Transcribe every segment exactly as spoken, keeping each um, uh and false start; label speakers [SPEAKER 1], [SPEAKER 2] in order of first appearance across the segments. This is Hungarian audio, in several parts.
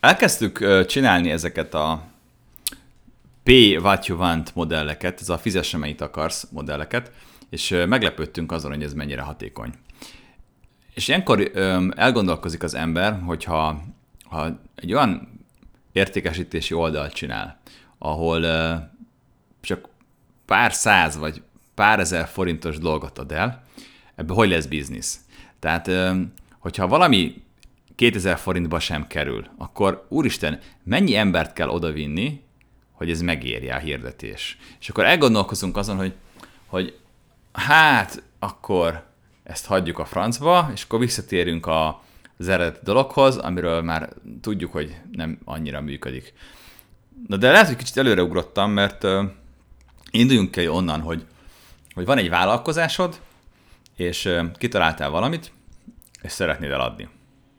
[SPEAKER 1] elkezdtük csinálni ezeket a pay what you want modelleket, ez a fizess, amennyit akarsz modelleket, és meglepődtünk azon, hogy ez mennyire hatékony. És ilyenkor elgondolkozik az ember, hogyha ha egy olyan értékesítési oldalt csinál, ahol csak pár száz vagy pár ezer forintos dolgot ad el, ebből hogy lesz biznisz? Tehát, hogyha valami kétezer forintba sem kerül, akkor úristen, mennyi embert kell odavinni, hogy ez megérje a hirdetés. És akkor elgondolkozunk azon, hogy, hogy hát akkor ezt hagyjuk a francba, és akkor visszatérünk a, az eredeti dologhoz, amiről már tudjuk, hogy nem annyira működik. Na de lehet, hogy kicsit előreugrottam, mert uh, induljunk ki onnan, hogy, hogy van egy vállalkozásod, és uh, kitaláltál valamit, és szeretnéd eladni.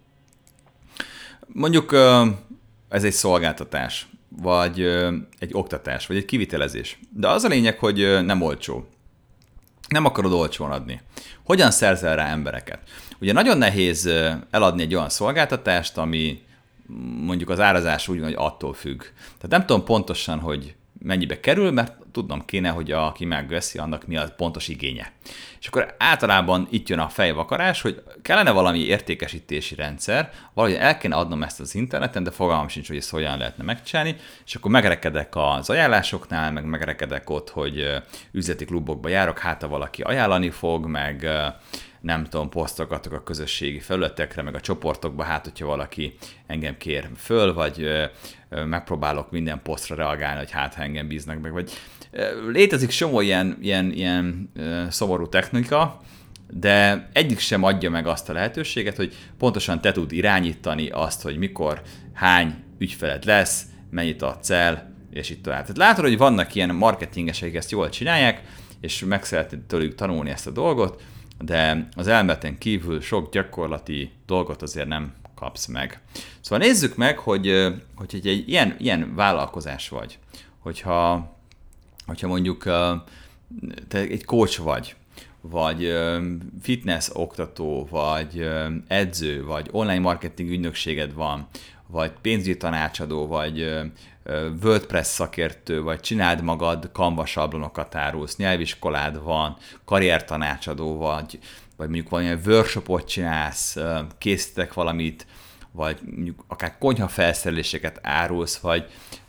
[SPEAKER 1] Mondjuk uh, ez egy szolgáltatás, vagy uh, egy oktatás, vagy egy kivitelezés. De az a lényeg, hogy uh, nem olcsó. Nem akarod olcsón adni. Hogyan szerzel rá embereket? Ugye nagyon nehéz uh, eladni egy olyan szolgáltatást, ami mondjuk az árazás úgy van, hogy attól függ. Tehát nem tudom pontosan, hogy mennyibe kerül, mert tudnom kéne, hogy aki megveszi, annak mi a pontos igénye. És akkor általában itt jön a fejvakarás, hogy kellene valami értékesítési rendszer, valahogy el kéne adnom ezt az interneten, de fogalmam sincs, hogy ezt hogyan lehetne megcsinálni, és akkor megrekedek az ajánlásoknál, meg megrekedek ott, hogy üzleti klubokba járok, hát ha valaki ajánlani fog, meg nem tudom, posztolgatok a közösségi felületekre, meg a csoportokba, hát hogyha valaki engem kér föl, vagy ö, ö, megpróbálok minden posztra reagálni, hogy hát ha engem bíznak meg, vagy ö, létezik somó ilyen, ilyen, ilyen ö, szomorú technika, de egyik sem adja meg azt a lehetőséget, hogy pontosan te tud irányítani azt, hogy mikor, hány ügyfeled lesz, mennyit adsz el, és itt tovább. Tehát látod, hogy vannak ilyen marketingesek, akik ezt jól csinálják, és meg szeretnéd tőlük tanulni ezt a dolgot, de az elméleten kívül sok gyakorlati dolgot azért nem kapsz meg. Szóval nézzük meg, hogy, hogy egy, egy ilyen, ilyen vállalkozás vagy, hogyha, hogyha mondjuk te egy coach vagy, vagy fitness oktató, vagy edző, vagy online marketing ügynökséged van, vagy pénzügyi tanácsadó, vagy WordPress szakértő, vagy csináld magad, Canva sablonokat árulsz, nyelviskolád van, karriertanácsadó vagy, vagy mondjuk valamilyen workshopot csinálsz, készítek valamit, vagy mondjuk akár konyhafelszereléseket árulsz, vagy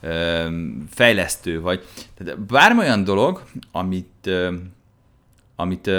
[SPEAKER 1] fejlesztő vagy. Tehát bármilyen dolog, amit, amit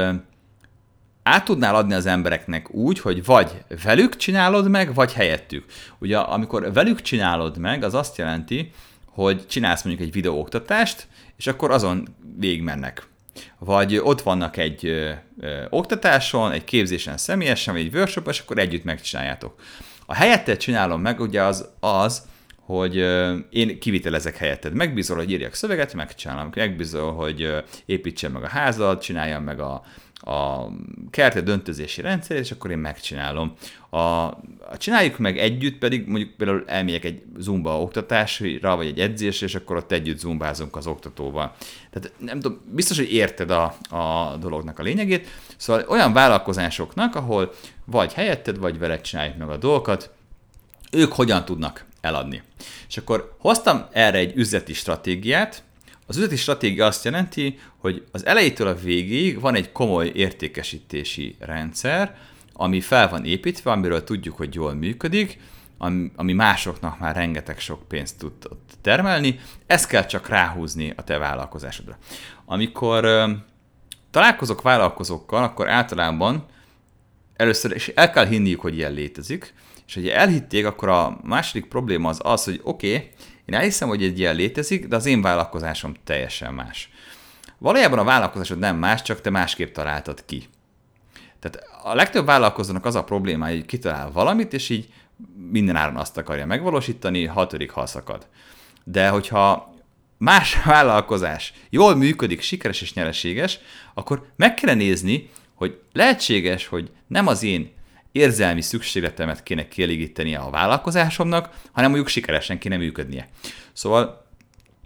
[SPEAKER 1] át tudnál adni az embereknek úgy, hogy vagy velük csinálod meg, vagy helyettük. Ugye amikor velük csinálod meg, az azt jelenti, hogy csinálsz mondjuk egy videóoktatást, és akkor azon végigmennek. Vagy ott vannak egy ö, ö, oktatáson, egy képzésen személyesen, vagy egy workshop, és akkor együtt megcsináljátok. A helyettet csinálom meg, ugye az az, hogy ö, én kivitelezek helyetted. Megbízol, hogy írjak szöveget, megcsinálom. Megbízol, hogy ö, építsem meg a házad, csináljam meg a a kerted döntözési rendszer, és akkor én megcsinálom. A, a csináljuk meg együtt, pedig mondjuk például elmegyek egy zumba oktatásra, vagy egy edzésre, és akkor ott együtt zumbázunk az oktatóval. Tehát nem tudom, biztos, hogy érted a, a dolognak a lényegét. Szóval olyan vállalkozásoknak, ahol vagy helyetted, vagy veled csináljuk meg a dolgokat, ők hogyan tudnak eladni. És akkor hoztam erre egy üzleti stratégiát. Az üzleti stratégia azt jelenti, hogy az elejétől a végéig van egy komoly értékesítési rendszer, ami fel van építve, amiről tudjuk, hogy jól működik, ami másoknak már rengeteg sok pénzt tud termelni, ezt kell csak ráhúzni a te vállalkozásodra. Amikor uh, találkozok vállalkozókkal, akkor általában először is el kell hinniük, hogy ilyen létezik, és hogyha elhitték, akkor a második probléma az az, hogy oké, okay, én elhiszem, hogy egy ilyen létezik, de az én vállalkozásom teljesen más. Valójában a vállalkozásod nem más, csak te másképp találtad ki. Tehát a legtöbb vállalkozónak az a problémája, hogy kitalál valamit, és így mindenáron azt akarja megvalósítani, hatodik halszakad. De hogyha más vállalkozás jól működik, sikeres és nyereséges, akkor meg kell nézni, hogy lehetséges, hogy nem az én érzelmi szükségletemet kéne kielégítenie a vállalkozásomnak, hanem mondjuk sikeresen kéne működnie. Szóval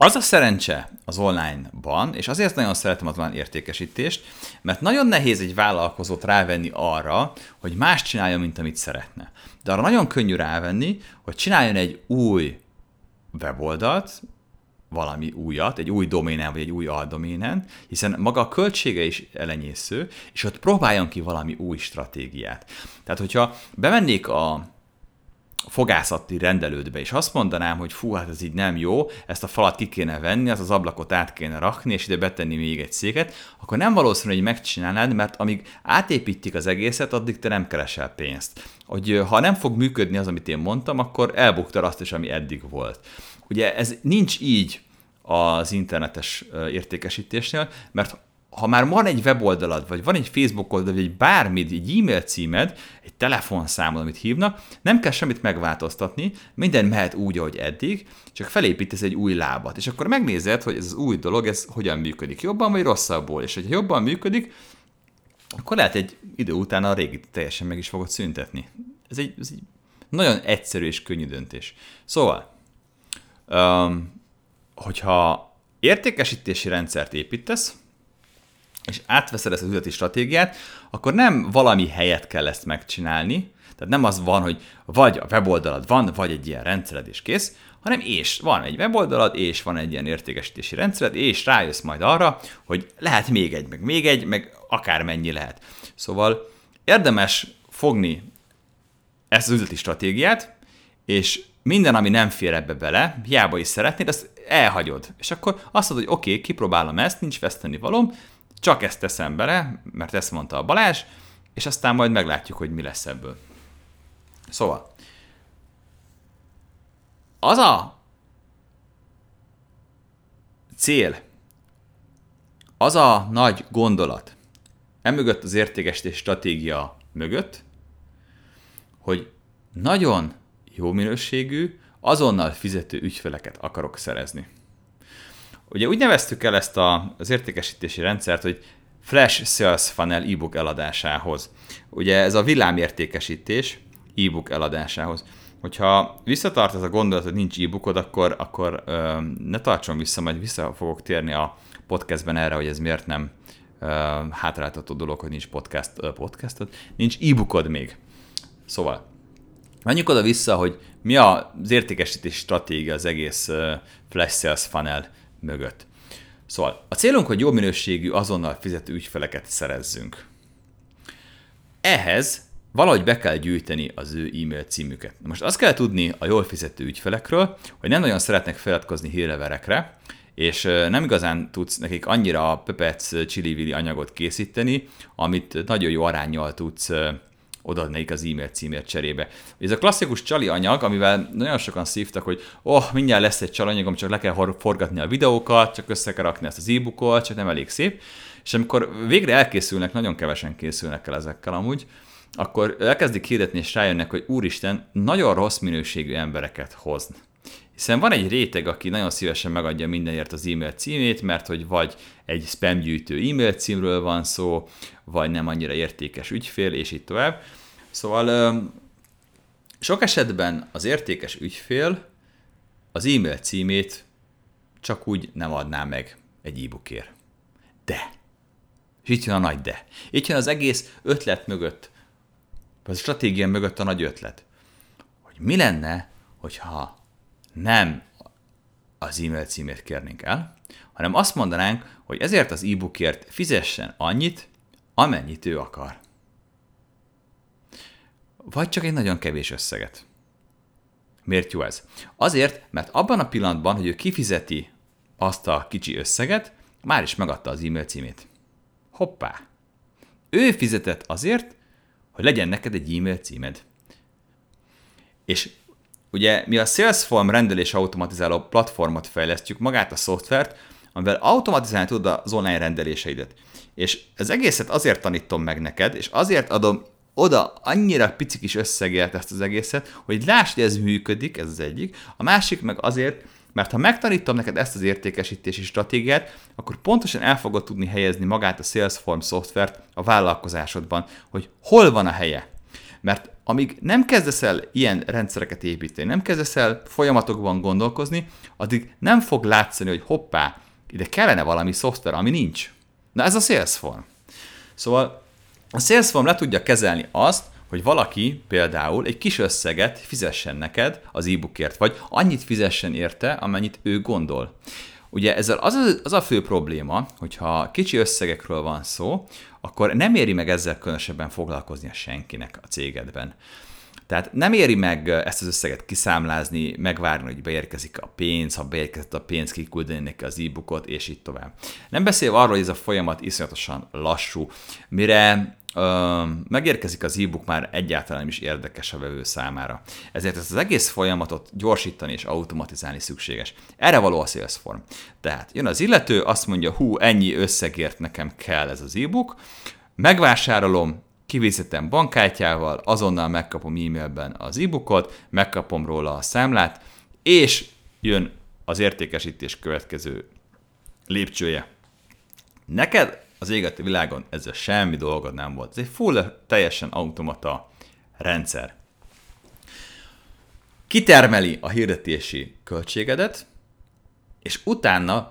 [SPEAKER 1] Az a szerencse az online-ban, és azért nagyon szeretem az online értékesítést, mert nagyon nehéz egy vállalkozót rávenni arra, hogy más csináljon, mint amit szeretne. De arra nagyon könnyű rávenni, hogy csináljon egy új weboldalt, valami újat, egy új doménen, vagy egy új aldoménen, hiszen maga a költsége is elenyésző, és ott próbáljon ki valami új stratégiát. Tehát, hogyha bemennék a fogászati rendelődbe, és azt mondanám, hogy fú, hát ez így nem jó, ezt a falat ki kéne venni, az az ablakot át kéne rakni, és ide betenni még egy széket, akkor nem valószínű, hogy megcsinálnád, mert amíg átépítik az egészet, addig te nem keresel pénzt. Hogy ha nem fog működni az, amit én mondtam, akkor elbuktad azt is, ami eddig volt. Ugye ez nincs így az internetes értékesítésnél, mert ha már van egy weboldalad, vagy van egy Facebook oldalad, vagy egy bármid, egy e-mail címed, egy telefonszámod, amit hívnak, nem kell semmit megváltoztatni, minden mehet úgy, ahogy eddig, csak felépítesz egy új lábat. És akkor megnézed, hogy ez az új dolog, ez hogyan működik, jobban vagy rosszabbul. És hogyha jobban működik, akkor lehet egy idő után a régi teljesen meg is fogod szüntetni. Ez egy, ez egy nagyon egyszerű és könnyű döntés. Szóval, um, hogyha értékesítési rendszert építesz, és átveszed ezt az üzleti stratégiát, akkor nem valami helyet kell ezt megcsinálni, tehát nem az van, hogy vagy a weboldalad van, vagy egy ilyen rendszered és kész, hanem és van egy weboldalad, és van egy ilyen értékesítési rendszered, és rájössz majd arra, hogy lehet még egy, meg még egy, meg akármennyi lehet. Szóval érdemes fogni ezt az üzleti stratégiát, és minden, ami nem fér ebbe bele, hiába is szeretnéd, azt elhagyod. És akkor azt mondod, hogy oké, okay, kipróbálom ezt, nincs veszteni valóm, csak ezt teszem bele, mert ezt mondta a Balázs, és aztán majd meglátjuk, hogy mi lesz ebből. Szóval, az a cél, az a nagy gondolat, emögött az értékesítés stratégia mögött, hogy nagyon jó minőségű, azonnal fizető ügyfeleket akarok szerezni. Ugye úgy neveztük el ezt a, az értékesítési rendszert, hogy Flash Sales Funnel e-book eladásához. Ugye ez a villámértékesítés e-book eladásához. Hogyha visszatart ez a gondolat, hogy nincs e-bookod, akkor, akkor ö, ne tartson vissza, majd vissza fogok térni a podcastben erre, hogy ez miért nem ö, hátráltató dolog, hogy nincs podcast, ö, podcastod, nincs e-bookod még. Szóval, menjünk oda vissza, hogy mi az értékesítés stratégia az egész ö, Flash Sales Funnel mögött. Szóval a célunk, hogy jó minőségű, azonnal fizető ügyfeleket szerezzünk. Ehhez valahogy be kell gyűjteni az ő e-mail címüket. Most azt kell tudni a jól fizető ügyfelekről, hogy nem nagyon szeretnek feliratkozni hírlevelekre, és nem igazán tudsz nekik annyira pepec csili-vili anyagot készíteni, amit nagyon jó aránnyal tudsz odaadni nekik az e-mail címért cserébe. Ez a klasszikus csali anyag, amivel nagyon sokan szívtak, hogy oh, mindjárt lesz egy csali anyagom, csak le kell forgatni a videókat, csak össze kell rakni ezt az e-bookot, csak nem elég szép. És amikor végre elkészülnek, nagyon kevesen készülnek el ezekkel amúgy, akkor elkezdik hirdetni, és rájönnek, hogy úristen, nagyon rossz minőségű embereket hozn. Hiszen van egy réteg, aki nagyon szívesen megadja mindenért az e-mail címét, mert hogy vagy egy spam gyűjtő e-mail címről van szó, vagy nem annyira értékes ügyfél, és így tovább. Szóval sok esetben az értékes ügyfél az e-mail címét csak úgy nem adná meg egy e-bookért. De. És itt jön a nagy de. Itt jön az egész ötlet mögött, vagy a stratégia mögött a nagy ötlet. Hogy mi lenne, hogyha nem az e-mail címét kérnénk el, hanem azt mondanánk, hogy ezért az e-bookért fizessen annyit, amennyit ő akar. Vagy csak egy nagyon kevés összeget. Miért jó ez? Azért, mert abban a pillanatban, hogy ő kifizeti azt a kicsi összeget, már is megadta az e-mail címét. Hoppá! Ő fizetett azért, hogy legyen neked egy e-mail címed. És ugye mi a Salesforce rendelés automatizáló platformot fejlesztjük, magát a szoftvert, amivel automatizálni tudod az online rendeléseidet. És ez egészet azért tanítom meg neked, és azért adom oda annyira pici kis összegért ezt az egészet, hogy lásd, hogy ez működik, ez az egyik. A másik meg azért, mert ha megtanítom neked ezt az értékesítési stratégiát, akkor pontosan el fogod tudni helyezni magát a Salesforce szoftvert a vállalkozásodban, hogy hol van a helye. Mert amíg nem kezdesz el ilyen rendszereket építeni, nem kezdesz el folyamatokban gondolkozni, addig nem fog látszani, hogy hoppá, ide kellene valami szoftver, ami nincs. Na ez a Salesforce. Szóval a Salesforce le tudja kezelni azt, hogy valaki például egy kis összeget fizessen neked az e-bookért, vagy annyit fizessen érte, amennyit ő gondol. Ugye ezzel az a, az a fő probléma, hogyha kicsi összegekről van szó, akkor nem éri meg ezzel különösebben foglalkoznia senkinek a cégedben. Tehát nem éri meg ezt az összeget kiszámlázni, megvárni, hogy beérkezik a pénz, ha beérkezett a pénz, kiküldeni neki az e-bookot, és így tovább. Nem beszélve arról, hogy ez a folyamat iszonyatosan lassú, mire ö, megérkezik az e-book, már egyáltalán nem is érdekes a vevő számára. Ezért ezt az egész folyamatot gyorsítani és automatizálni szükséges. Erre való a Salesforce. Tehát jön az illető, azt mondja, hú, ennyi összegért nekem kell ez az e-book, megvásárolom, kivizetem bankkártyával, azonnal megkapom e-mailben az e-bookot, megkapom róla a számlát, és jön az értékesítés következő lépcsője. Neked az égeti világon ezzel semmi dolgod nem volt. Ez egy full, teljesen automata rendszer. Kitermeli a hirdetési költségedet, és utána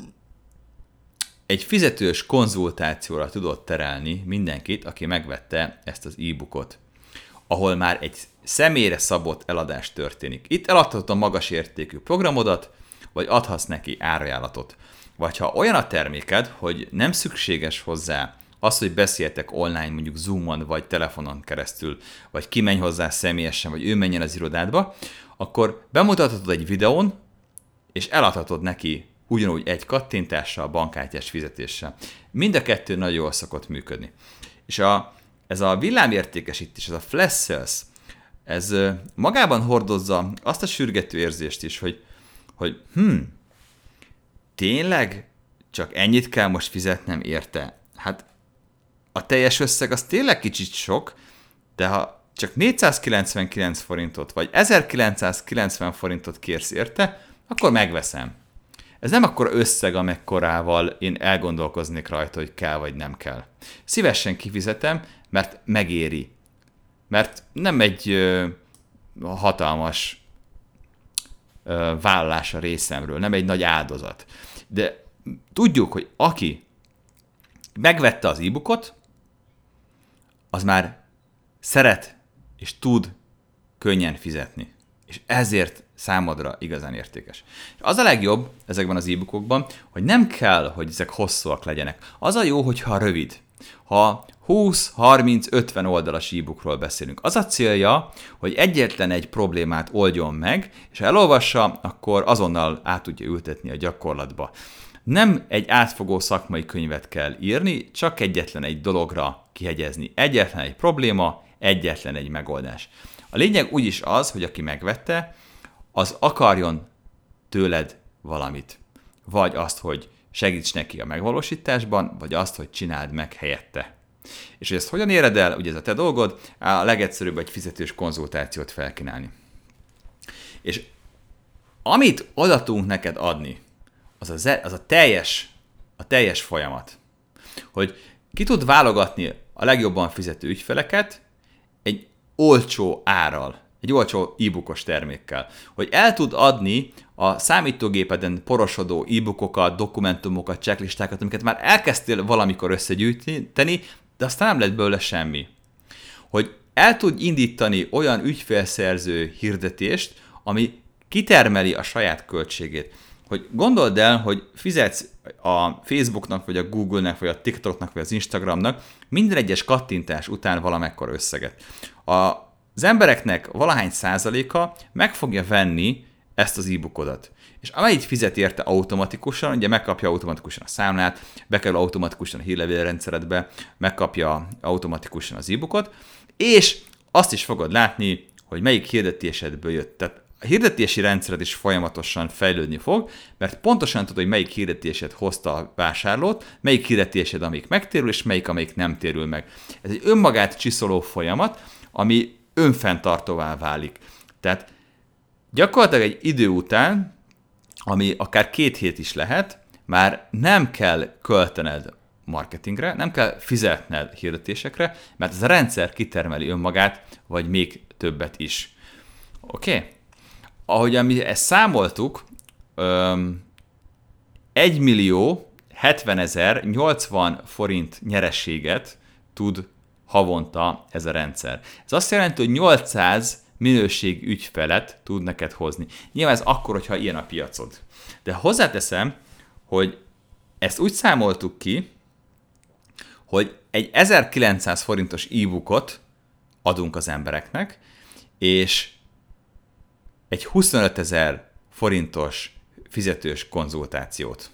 [SPEAKER 1] egy fizetős konzultációra tudod terelni mindenkit, aki megvette ezt az e-bookot, ahol már egy személyre szabott eladás történik. Itt eladhatod a magas értékű programodat, vagy adhatsz neki árajánlatot. Vagy ha olyan a terméked, hogy nem szükséges hozzá az, hogy beszéltek online, mondjuk Zoomon, vagy telefonon keresztül, vagy kimenj hozzá személyesen, vagy ő menjen az irodádba, akkor bemutathatod egy videón, és eladhatod neki ugyanúgy egy kattintással, bankkártyás fizetéssel. Mind a kettő nagyon jól szokott működni. És a, ez a villámértékesítés, ez a flash sales, ez magában hordozza azt a sürgető érzést is, hogy, hogy hm, tényleg csak ennyit kell most fizetnem érte? Hát a teljes összeg az tényleg kicsit sok, de ha csak négyszázkilencvenkilenc forintot, vagy ezerkilencszázkilencven forintot kérsz érte, akkor megveszem. Ez nem akkora összeg, amekkorával én elgondolkoznék rajta, hogy kell vagy nem kell. Szívesen kifizetem, mert megéri. Mert nem egy ö, hatalmas ö, vállalás a részemről, nem egy nagy áldozat. De tudjuk, hogy aki megvette az e-bookot, az már szeret és tud könnyen fizetni. És ezért számodra igazán értékes. Az a legjobb ezekben az e-bookokban, hogy nem kell, hogy ezek hosszúak legyenek. Az a jó, hogyha rövid. Ha húsz, harminc, ötven oldalas e-bookról beszélünk. Az a célja, hogy egyetlen egy problémát oldjon meg, és ha elolvassa, akkor azonnal át tudja ültetni a gyakorlatba. Nem egy átfogó szakmai könyvet kell írni, csak egyetlen egy dologra kihegyezni. Egyetlen egy probléma, egyetlen egy megoldás. A lényeg úgyis az, hogy aki megvette, az akarjon tőled valamit. Vagy azt, hogy segíts neki a megvalósításban, vagy azt, hogy csináld meg helyette. És hogy ezt hogyan éred el, ugye ez a te dolgod, a legegyszerűbb egy fizetős konzultációt felkínálni. És amit oda tudunk neked adni, az a, ze- az a, teljes, a teljes folyamat. Hogy ki tud válogatni a legjobban fizető ügyfeleket egy olcsó árral, egy olcsó e-bookos termékkel. Hogy el tud adni a számítógépeden porosodó e-bookokat, dokumentumokat, checklistákat, amiket már elkezdtél valamikor összegyűjteni, de aztán nem lett belőle semmi. Hogy el tud indítani olyan ügyfélszerző hirdetést, ami kitermeli a saját költségét. Hogy gondold el, hogy fizetsz a Facebooknak, vagy a Google-nek, vagy a TikToknak, vagy az Instagramnak minden egyes kattintás után valamekkora összeget. A Az embereknek valahány százaléka meg fogja venni ezt az e-bookodat. És amennyit fizet érte automatikusan, ugye megkapja automatikusan a számlát, bekerül automatikusan a hírlevélrendszeredbe, megkapja automatikusan az e-bookot, és azt is fogod látni, hogy melyik hirdetésedből jött. Tehát a hirdetési rendszered is folyamatosan fejlődni fog, mert pontosan tudod, hogy melyik hirdetésed hozta a vásárlót, melyik hirdetésed, amelyik megtérül, és melyik, amelyik nem térül meg. Ez egy önmagát csiszoló folyamat, ami önfenntartóvá válik. Tehát gyakorlatilag egy idő után, ami akár két hét is lehet, már nem kell költened marketingre, nem kell fizetned hirdetésekre, mert ez a rendszer kitermeli önmagát, vagy még többet is. Oké? Okay? Ahogyan mi ezt számoltuk, egy millió hetvenezer nyolcvan forint nyereséget tud havonta ez a rendszer. Ez azt jelenti, hogy nyolcszáz minőség ügyfelet tud neked hozni. Nyilván ez akkor, hogyha ilyen a piacod. De hozzáteszem, hogy ezt úgy számoltuk ki, hogy egy ezerkilencszáz forintos e-bookot adunk az embereknek, és egy huszonötezer forintos fizetős konzultációt.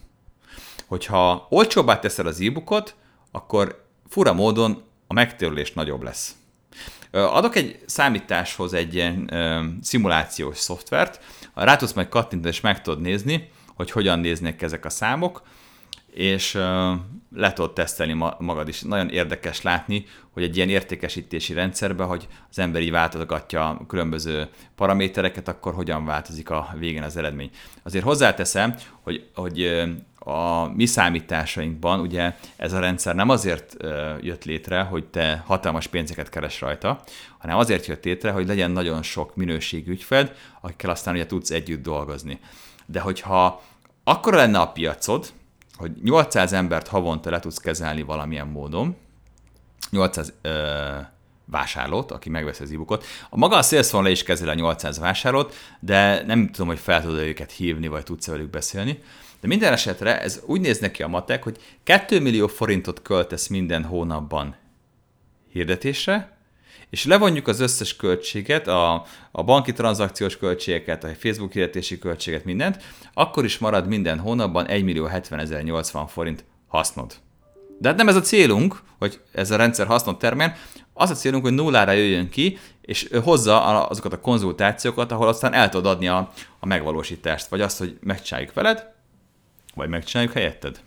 [SPEAKER 1] Hogyha olcsóbbá teszed az e-bookot, akkor fura módon a megtérülés nagyobb lesz. Adok egy számításhoz egy ilyen ö, szimulációs szoftvert, rá tudsz majd kattintani, és meg tudod nézni, hogy hogyan néznek ezek a számok, és ö, le tudod tesztelni ma, magad is. Nagyon érdekes látni, hogy egy ilyen értékesítési rendszerben, hogy az ember így változgatja a különböző paramétereket, akkor hogyan változik a végén az eredmény. Azért hozzáteszem, hogy, hogy a mi számításainkban ugye ez a rendszer nem azért jött létre, hogy te hatalmas pénzeket keres rajta, hanem azért jött létre, hogy legyen nagyon sok minőségű ügyfed, akikkel aztán ugye tudsz együtt dolgozni. De hogyha akkora lenne a piacod, hogy nyolcszáz embert havonta le tudsz kezelni valamilyen módon, nyolcszáz ö, vásárlót, aki megveszi az e-bookot. A maga a Salesforce le is kezel a nyolcszáz vásárlót, de nem tudom, hogy fel tudod őket hívni, vagy tudsz velük beszélni. De minden esetre ez úgy néz neki a matek, hogy két millió forintot költesz minden hónapban hirdetésre, és levonjuk az összes költséget, a, a banki tranzakciós költségeket, a Facebook hirdetési költséget, mindent, akkor is marad minden hónapban egy millió hetvenezer nyolcvan forint hasznod. De hát nem ez a célunk, hogy ez a rendszer hasznot termel, az a célunk, hogy nullára jöjjön ki, és hozza azokat a konzultációkat, ahol aztán el tudod adni a, a megvalósítást, vagy azt, hogy megcsináljuk veled, vagy megcsináljuk helyetted.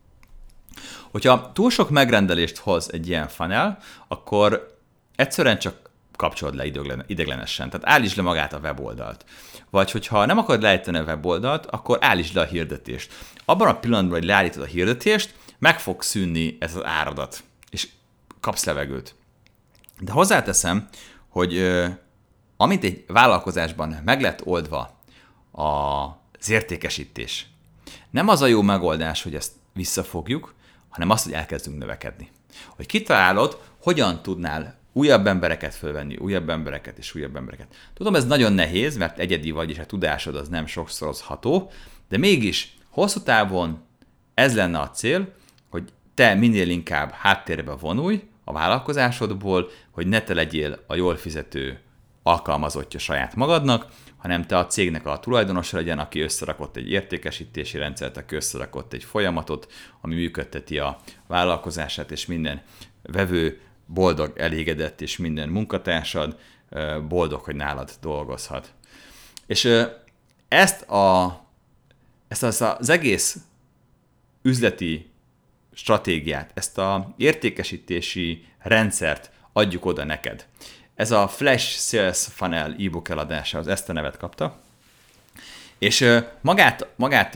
[SPEAKER 1] Hogyha túl sok megrendelést hoz egy ilyen funnel, akkor egyszerűen csak kapcsolod le ideiglenesen, tehát állítsd le magát a weboldalt. Vagy hogyha nem akarod leállítani a weboldalt, akkor állítsd le a hirdetést. Abban a pillanatban, hogy leállítod a hirdetést, meg fog szűnni ez az áradat, és kapsz levegőt. De hozzáteszem, hogy ö, amit egy vállalkozásban meg lett oldva az értékesítés, nem az a jó megoldás, hogy ezt visszafogjuk, hanem az, hogy elkezdünk növekedni. Hogy kitalálod, hogyan tudnál újabb embereket fölvenni, újabb embereket és újabb embereket. Tudom, ez nagyon nehéz, mert egyedi vagy, és a tudásod az nem sokszorozható, de mégis hosszú távon ez lenne a cél, hogy te minél inkább háttérbe vonulj a vállalkozásodból, hogy ne te legyél a jól fizető alkalmazottja saját magadnak, hanem te a cégnek a tulajdonosa legyen, aki összerakott egy értékesítési rendszert, aki összerakott egy folyamatot, ami működteti a vállalkozását, és minden vevő boldog, elégedett, és minden munkatársad boldog, hogy nálad dolgozhat. És ezt, a, ezt az, az egész üzleti stratégiát, ezt az értékesítési rendszert adjuk oda neked. Ez a Flash Sales Funnel e-book eladása, az ezt a nevet kapta. És magát, magát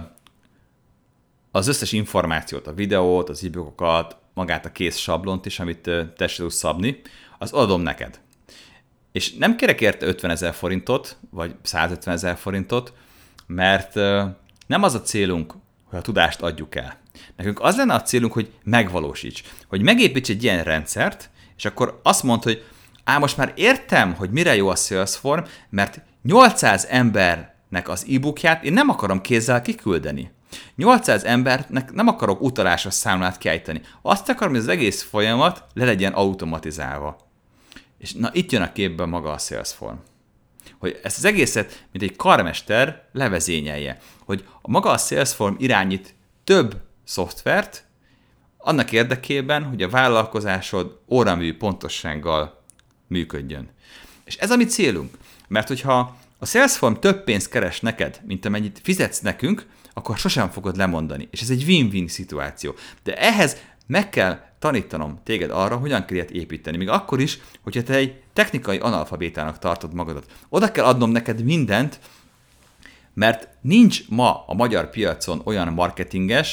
[SPEAKER 1] az összes információt, a videót, az e-bookokat, magát a kész sablont is, amit te se tudsz szabni, az adom neked. És nem kérek érte ötvenezer forintot, vagy százötvenezer forintot, mert nem az a célunk, hogy a tudást adjuk el. Nekünk az lenne a célunk, hogy megvalósíts. Hogy megépíts egy ilyen rendszert, és akkor azt mondd, hogy á, most már értem, hogy mire jó a Salesforce, mert nyolcszáz embernek az e-bookját én nem akarom kézzel kiküldeni. nyolcszáz embernek nem akarok utalásos számlát kiállítani. Azt akarom, hogy az egész folyamat le legyen automatizálva. És na itt jön a képben maga a Salesforce. Hogy ezt az egészet, mint egy karmester levezényelje. Hogy a maga a Salesforce irányít több szoftvert, annak érdekében, hogy a vállalkozásod óramű pontossággal működjön. És ez a mi célunk. Mert hogyha a Salesforce több pénzt keres neked, mint amennyit fizetsz nekünk, akkor sosem fogod lemondani. És ez egy win-win szituáció. De ehhez meg kell tanítanom téged arra, hogyan kell ilyet építeni. Még akkor is, hogyha te egy technikai analfabétának tartod magadat. Oda kell adnom neked mindent, mert nincs ma a magyar piacon olyan marketinges,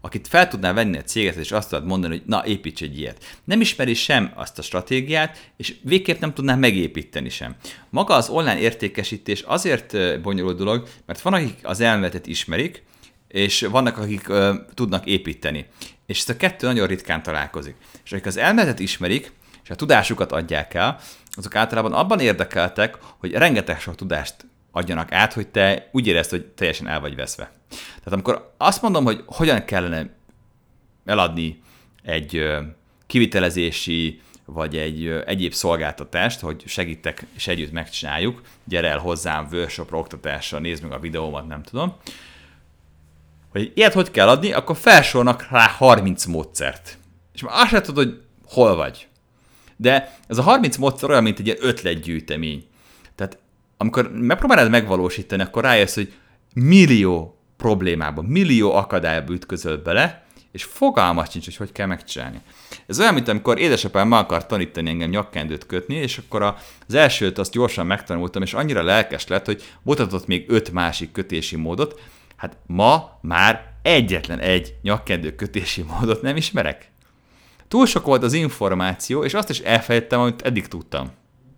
[SPEAKER 1] akit fel tudnál venni a céget, és azt tudod mondani, hogy na, építs egy ilyet. Nem ismeri sem azt a stratégiát, és végképp nem tudná megépíteni sem. Maga az online értékesítés azért bonyolult dolog, mert van, akik az elméletet ismerik, és vannak, akik ö, tudnak építeni. És ez a kettő nagyon ritkán találkozik. És akik az elméletet ismerik, és a tudásukat adják el, azok általában abban érdekeltek, hogy rengeteg sok tudást adjanak át, hogy te úgy érezd, hogy teljesen el vagy veszve. Tehát amikor azt mondom, hogy hogyan kellene eladni egy ö, kivitelezési vagy egy ö, egyéb szolgáltatást, hogy segítek és együtt megcsináljuk, gyere el hozzám workshopra, oktatásra, nézd meg a videómat, nem tudom, hogy ilyet hogy kell adni, akkor felsorolnak rá harminc módszert. És már azt sem tudod, hogy hol vagy. De ez a harminc módszer olyan, mint egy ilyen ötletgyűjtemény. Tehát amikor megpróbálod megvalósítani, akkor rájössz, hogy millió problémában, millió akadályba ütközöl bele, és fogalmas sincs, hogy hogy kell megcsinálni. Ez olyan, mint amikor édesapám meg akar tanítani engem nyakkendőt kötni, és akkor az elsőt azt gyorsan megtanultam, és annyira lelkes lett, hogy mutatott még öt másik kötési módot. Hát ma már egyetlen egy nyakkendő kötési módot nem ismerek. Túl sok volt az információ, és azt is elfelejtettem, amit eddig tudtam.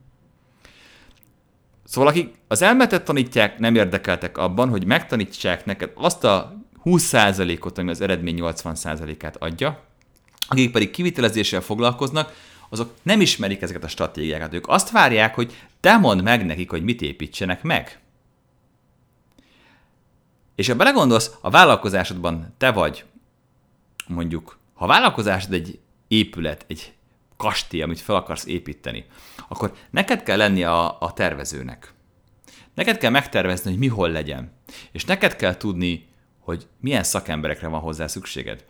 [SPEAKER 1] Szóval akik az elméletet tanítják, nem érdekeltek abban, hogy megtanítsák neked azt a húsz százalékot, ami az eredmény nyolcvan százalékát adja, akik pedig kivitelezéssel foglalkoznak, azok nem ismerik ezeket a stratégiákat. Ők azt várják, hogy te mondd meg nekik, hogy mit építsenek meg. És ha belegondolsz, a vállalkozásodban te vagy, mondjuk, ha a vállalkozásod egy épület, egy kastély, amit fel akarsz építeni, akkor neked kell lenni a, a tervezőnek. Neked kell megtervezni, hogy mi hol legyen. És neked kell tudni, hogy milyen szakemberekre van hozzá szükséged.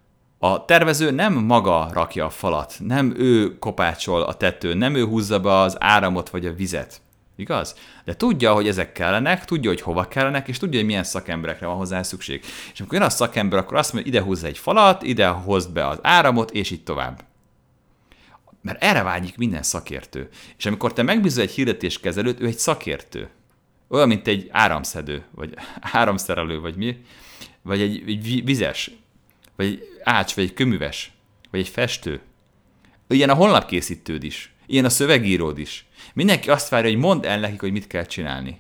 [SPEAKER 1] A tervező nem maga rakja a falat, nem ő kopácsol a tetőn, nem ő húzza be az áramot vagy a vizet. Igaz? De tudja, hogy ezek kellenek, tudja, hogy hova kellenek, és tudja, hogy milyen szakemberekre van hozzá szükség. És amikor jön a szakember, akkor azt mondja, hogy ide húzza egy falat, ide hozd be az áramot, és így tovább. Mert erre vágyik minden szakértő. És amikor te megbízol egy hirdetéskezelőt, ő egy szakértő. Olyan, mint egy áramszedő, vagy áramszerelő, vagy mi, vagy egy, egy vizes, vagy egy ács, vagy egy köműves, vagy egy festő. Ilyen a honlapkészítőd is, ilyen a szövegíród is. Mindenki azt várja, hogy mondd el nekik, hogy mit kell csinálni.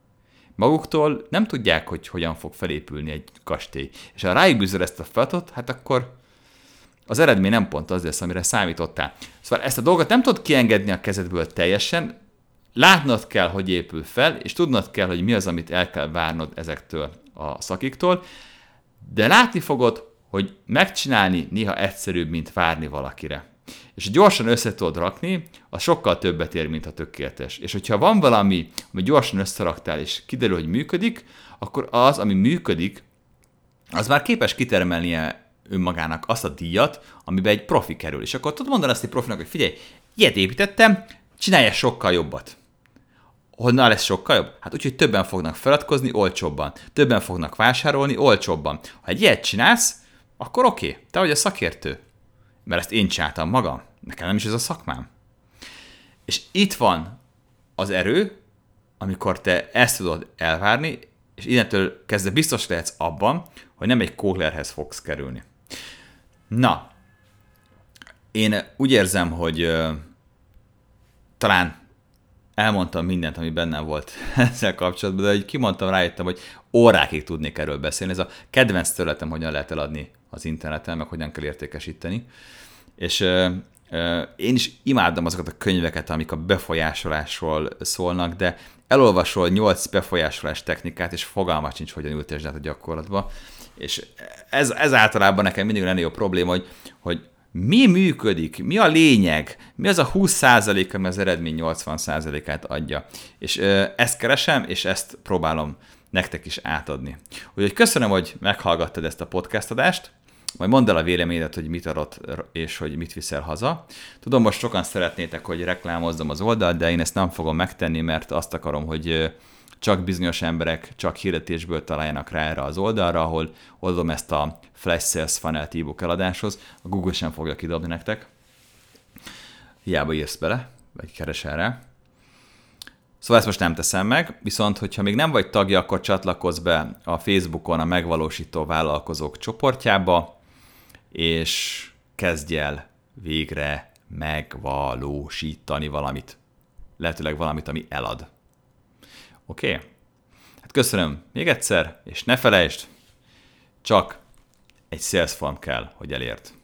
[SPEAKER 1] Maguktól nem tudják, hogy hogyan fog felépülni egy kastély. És ha rájuk bízol ezt a feladatot, hát akkor az eredmény nem pont az lesz, amire számítottál. Szóval ezt a dolgot nem tudod kiengedni a kezedből teljesen, látnod kell, hogy épül fel, és tudnod kell, hogy mi az, amit el kell várnod ezektől a szakiktól, de látni fogod, hogy megcsinálni néha egyszerűbb, mint várni valakire. És gyorsan össze tudod rakni, az sokkal többet ér, mint a tökéletes. És hogyha van valami, ami gyorsan összeraktál, és kiderül, hogy működik, akkor az, ami működik, az már képes kitermelnie önmagának azt a díjat, amiben egy profi kerül. És akkor tudod mondani azt egy profinak, hogy figyelj, ilyet építettem, csinálj sokkal jobbat. Honnan lesz sokkal jobb? Hát úgy, hogy többen fognak feliratkozni olcsóbban. Többen fognak vásárolni olcsóbban. Ha egy ilyet csinálsz, akkor oké, okay, te vagy a szakértő. Mert ezt én csináltam magam. Nekem nem is ez a szakmám. És itt van az erő, amikor te ezt tudod elvárni, és innentől kezdve biztos lehetsz abban, hogy nem egy Koglerhez fogsz kerülni. Na, én úgy érzem, hogy uh, talán elmondtam mindent, ami bennem volt ezzel kapcsolatban, de hogy kimondtam, rájöttem, hogy órákig tudnék erről beszélni. Ez a kedvenc területem, hogyan lehet eladni az interneten, meg hogyan kell értékesíteni. És uh, uh, én is imádom azokat a könyveket, amik a befolyásolásról szólnak, de elolvasol nyolc befolyásolás technikát, és fogalmat sincs, hogyan ültesd át a gyakorlatba. És ez, ez általában nekem mindig lenne jó probléma, hogy, hogy mi működik, mi a lényeg, mi az a húsz százalék, ami az eredmény nyolcvan százalékát adja. És ö, ezt keresem, és ezt próbálom nektek is átadni. Úgyhogy köszönöm, hogy meghallgattad ezt a podcast adást, majd mondd el a véleményedet, hogy mit adott, és hogy mit viszel haza. Tudom, most sokan szeretnétek, hogy reklámozzam az oldalt, de én ezt nem fogom megtenni, mert azt akarom, hogy csak bizonyos emberek csak hirdetésből találjanak rá erre az oldalra, ahol oldom ezt a Flash Sales Funnel e-book eladáshoz. A Google sem fogja kidobni nektek. Hiába írsz bele, vagy keresel rá. Szóval ezt most nem teszem meg, viszont hogyha még nem vagy tagja, akkor csatlakozz be a Facebookon a megvalósító vállalkozók csoportjába, és kezdj el végre megvalósítani valamit. Lehetőleg valamit, ami elad. Oké? Okay? Hát köszönöm még egyszer, és ne felejtsd, csak egy sales form kell, hogy elérd.